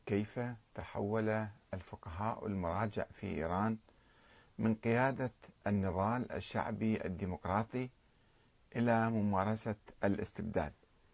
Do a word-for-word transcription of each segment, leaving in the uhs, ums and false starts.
كيف تحول الفقهاء المراجع في إيران من قيادة النضال الشعبي الديمقراطي إلى ممارسة الاستبداد؟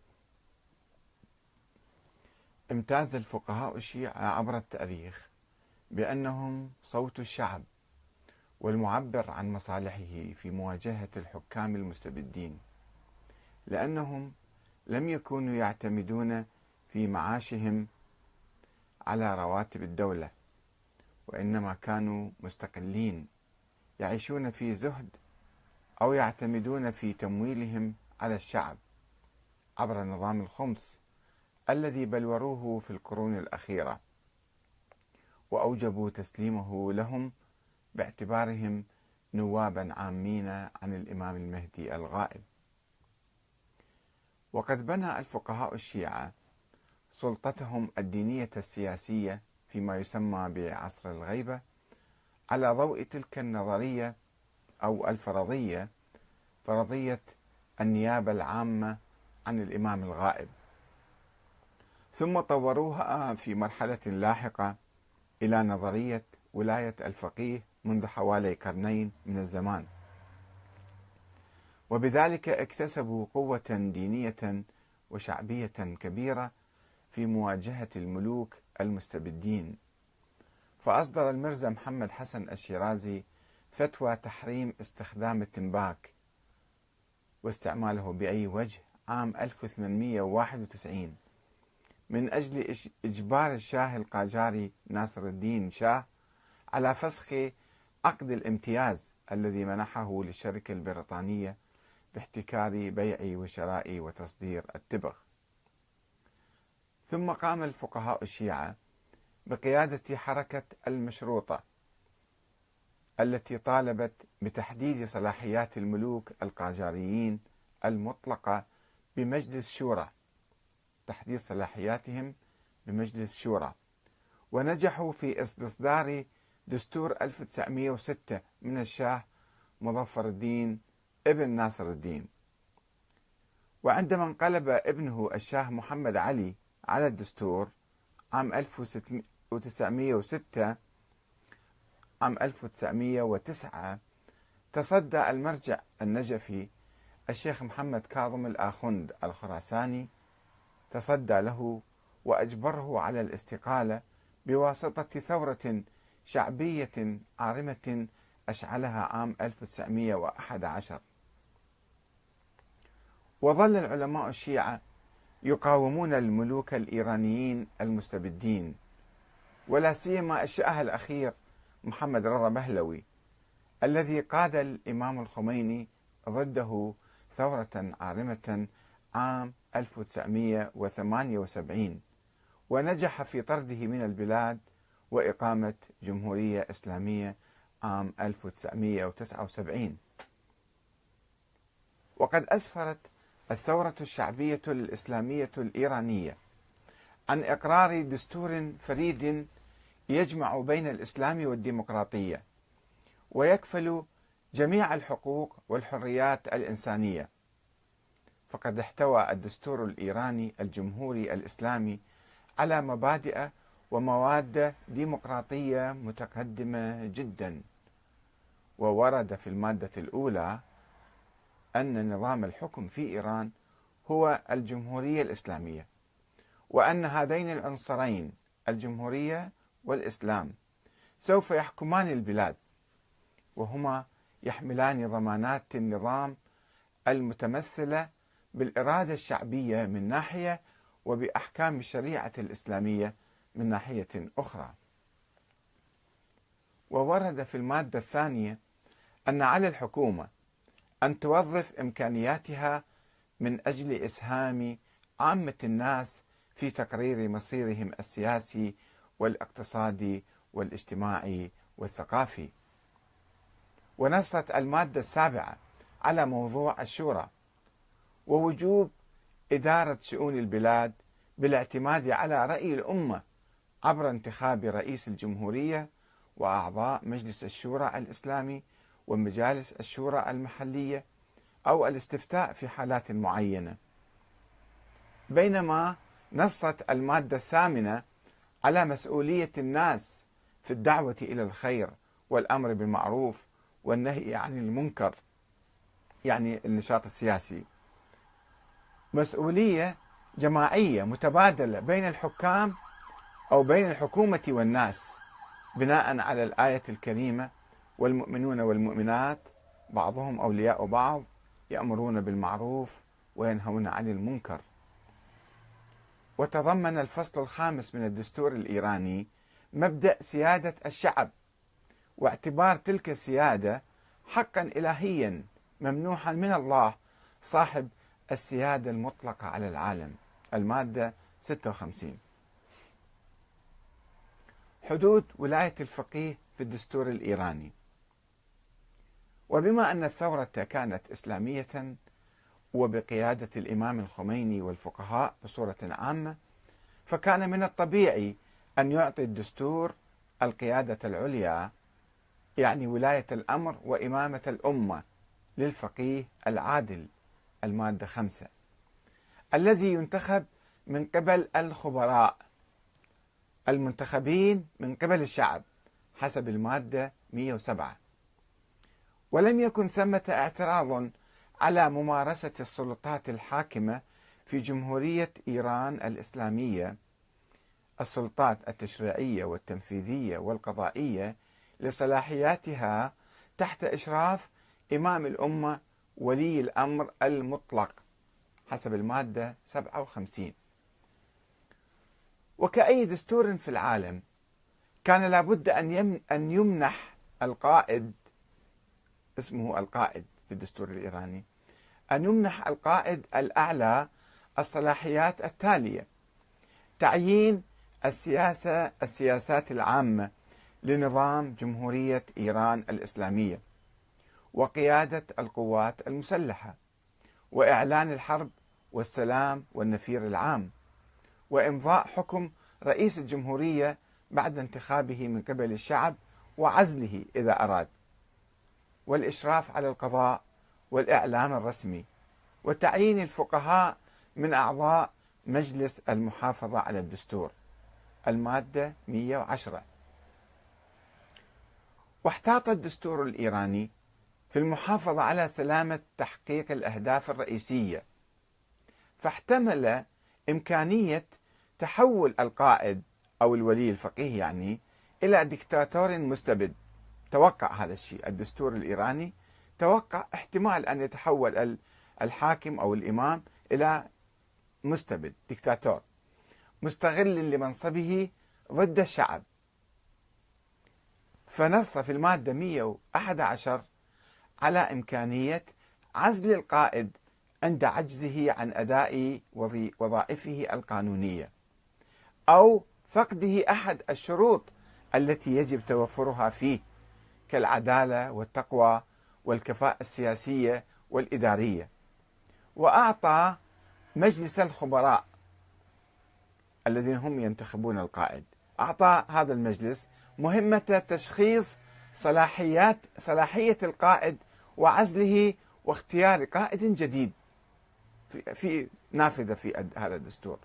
امتاز الفقهاء الشيعة عبر التاريخ بأنهم صوت الشعب والمعبر عن مصالحه في مواجهة الحكام المستبدين، لأنهم لم يكونوا يعتمدون في معاشهم على رواتب الدولة، وإنما كانوا مستقلين يعيشون في زهد أو يعتمدون في تمويلهم على الشعب عبر نظام الخمس الذي بلوروه في القرون الأخيرة، وأوجبوا تسليمه لهم باعتبارهم نوابا عامين عن الإمام المهدي الغائب. وقد بنى الفقهاء الشيعة سلطتهم الدينية السياسية فيما يسمى بعصر الغيبة على ضوء تلك النظرية أو الفرضية، فرضية النيابة العامة عن الإمام الغائب، ثم طوروها في مرحلة لاحقة إلى نظرية ولاية الفقيه منذ حوالي قرنين من الزمان، وبذلك اكتسبوا قوة دينية وشعبية كبيرة في مواجهة الملوك المستبدين. فأصدر الميرزا محمد حسن الشيرازي فتوى تحريم استخدام التنباك واستعماله بأي وجه عام ألف وثمانمئة وواحد وتسعين من أجل إجبار الشاه القاجاري ناصر الدين شاه على فسخ عقد الامتياز الذي منحه للشركة البريطانية باحتكار بيع وشراء وتصدير التبغ. ثم قام الفقهاء الشيعة بقيادة حركة المشروطة التي طالبت بتحديد صلاحيات الملوك القاجاريين المطلقة بمجلس شورى، تحديد صلاحياتهم بمجلس شورى، ونجحوا في استصدار دستور ألف وتسعمئة وستة من الشاه مظفر الدين ابن ناصر الدين. وعندما انقلب ابنه الشاه محمد علي على الدستور عام ألف وتسعمئة وستة عام ألف وتسعمئة وتسعة، تصدى المرجع النجفي الشيخ محمد كاظم الآخوند الخراساني تصدى له وأجبره على الاستقالة بواسطة ثورة شعبية عارمة أشعلها عام ألف وتسعمئة وأحد عشر. وظل العلماء الشيعة يقاومون الملوك الإيرانيين المستبدين، ولا سيما الشاه الأخير محمد رضا بهلوي الذي قاد الإمام الخميني ضده ثورة عارمة عام ألف وتسعمئة وثمانية وسبعين، ونجح في طرده من البلاد وإقامة جمهورية إسلامية عام ألف وتسعمئة وتسعة وسبعين. وقد أسفرت الثورة الشعبية الإسلامية الإيرانية عن إقرار دستور فريد يجمع بين الإسلام والديمقراطية ويكفل جميع الحقوق والحريات الإنسانية. فقد احتوى الدستور الإيراني الجمهوري الإسلامي على مبادئ ومواد ديمقراطية متقدمة جدا، وورد في المادة الأولى أن نظام الحكم في إيران هو الجمهورية الإسلامية، وأن هذين العنصرين الجمهورية والإسلام سوف يحكمان البلاد، وهما يحملان ضمانات النظام المتمثلة بالإرادة الشعبية من ناحية، وبأحكام الشريعة الإسلامية من ناحية أخرى. وورد في المادة الثانية أن على الحكومة أن توظف إمكانياتها من أجل إسهام عامة الناس في تقرير مصيرهم السياسي والاقتصادي والاجتماعي والثقافي. ونصت المادة السابعة على موضوع الشورى ووجوب إدارة شؤون البلاد بالاعتماد على رأي الأمة عبر انتخاب رئيس الجمهورية وأعضاء مجلس الشورى الإسلامي ومجالس الشورى المحلية أو الاستفتاء في حالات معينة. بينما نصت المادة الثامنة على مسؤولية الناس في الدعوة إلى الخير والأمر بالمعروف والنهي عن المنكر، يعني النشاط السياسي. مسؤولية جماعية متبادلة بين الحكام أو بين الحكومة والناس، بناء على الآية الكريمة: والمؤمنون والمؤمنات بعضهم أولياء بعض يأمرون بالمعروف وينهون عن المنكر. وتضمن الفصل الخامس من الدستور الإيراني مبدأ سيادة الشعب، واعتبار تلك السيادة حقا إلهيا ممنوحا من الله صاحب السيادة المطلقة على العالم. المادة ستة وخمسين. حدود ولاية الفقيه في الدستور الإيراني. وبما أن الثورة كانت إسلامية وبقيادة الإمام الخميني والفقهاء بصورة عامة، فكان من الطبيعي أن يعطي الدستور القيادة العليا، يعني ولاية الأمر وإمامة الأمة، للفقيه العادل. المادة خمسة، الذي ينتخب من قبل الخبراء المنتخبين من قبل الشعب حسب المادة مئة وسبعة. ولم يكن ثمة اعتراض على ممارسة السلطات الحاكمة في جمهورية إيران الإسلامية، السلطات التشريعية والتنفيذية والقضائية، لصلاحياتها تحت إشراف إمام الأمة ولي الأمر المطلق حسب المادة سبعة وخمسين. وكأي دستور في العالم، كان لابد أن أن يمنح القائد، اسمه القائد في الدستور الإيراني، أن يمنح القائد الأعلى الصلاحيات التالية: تعيين السياسة السياسات العامة لنظام جمهورية إيران الإسلامية، وقيادة القوات المسلحة، وإعلان الحرب والسلام والنفير العام، وإمضاء حكم رئيس الجمهورية بعد انتخابه من قبل الشعب وعزله إذا أراد، والإشراف على القضاء والإعلام الرسمي، وتعيين الفقهاء من أعضاء مجلس المحافظة على الدستور. المادة مئة وعشرة. واحتاط الدستور الإيراني في المحافظة على سلامة تحقيق الأهداف الرئيسية، فاحتمل إمكانية تحول القائد أو الولي الفقيه يعني إلى دكتاتور مستبد. توقع هذا الشيء الدستور الإيراني، توقع احتمال أن يتحول الحاكم أو الإمام إلى مستبد، دكتاتور مستغل لمنصبه ضد الشعب. فنص في المادة مئة وأحد عشر على إمكانية عزل القائد عند عجزه عن أداء وظائفه القانونية، أو فقده أحد الشروط التي يجب توفرها فيه، كالعدالة والتقوى والكفاءة السياسية والإدارية. وأعطى مجلس الخبراء الذين هم ينتخبون القائد، أعطى هذا المجلس مهمة تشخيص صلاحيات صلاحية القائد وعزله واختيار قائد جديد في, في نافذة في هذا الدستور.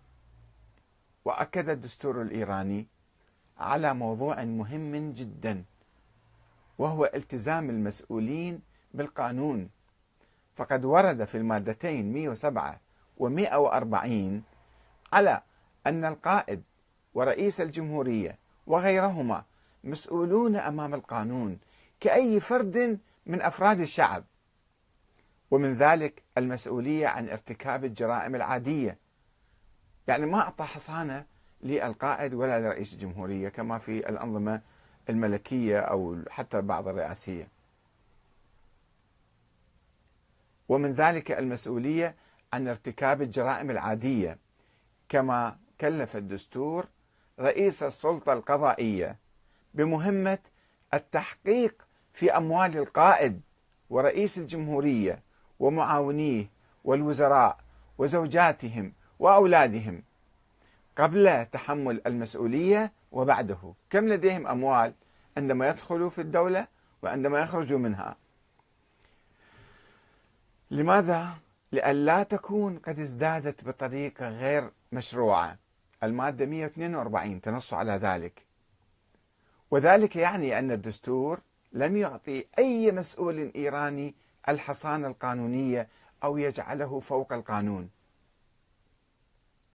وأكد الدستور الإيراني على موضوع مهم جدا، وهو التزام المسؤولين بالقانون. فقد ورد في المادتين مئة وسبعة ومئة وأربعين على أن القائد ورئيس الجمهورية وغيرهما مسؤولون أمام القانون كأي فرد من أفراد الشعب، ومن ذلك المسؤولية عن ارتكاب الجرائم العادية. يعني ما أعطى حصانة للقائد ولا لرئيس الجمهورية كما في الأنظمة الملكية أو حتى بعض الرئاسية. ومن ذلك المسؤولية عن ارتكاب الجرائم العادية، كما كلف الدستور رئيس السلطة القضائية بمهمة التحقيق في أموال القائد ورئيس الجمهورية ومعاونيه والوزراء وزوجاتهم وأولادهم قبل تحمل المسؤولية وبعده. كم لديهم أموال عندما يدخلوا في الدولة وعندما يخرجوا منها. لماذا؟ لئلا تكون قد ازدادت بطريقة غير مشروعة المادة مئة واثنين وأربعين تنص على ذلك، وذلك يعني أن الدستور لم يعطي أي مسؤول إيراني الحصانة القانونية أو يجعله فوق القانون،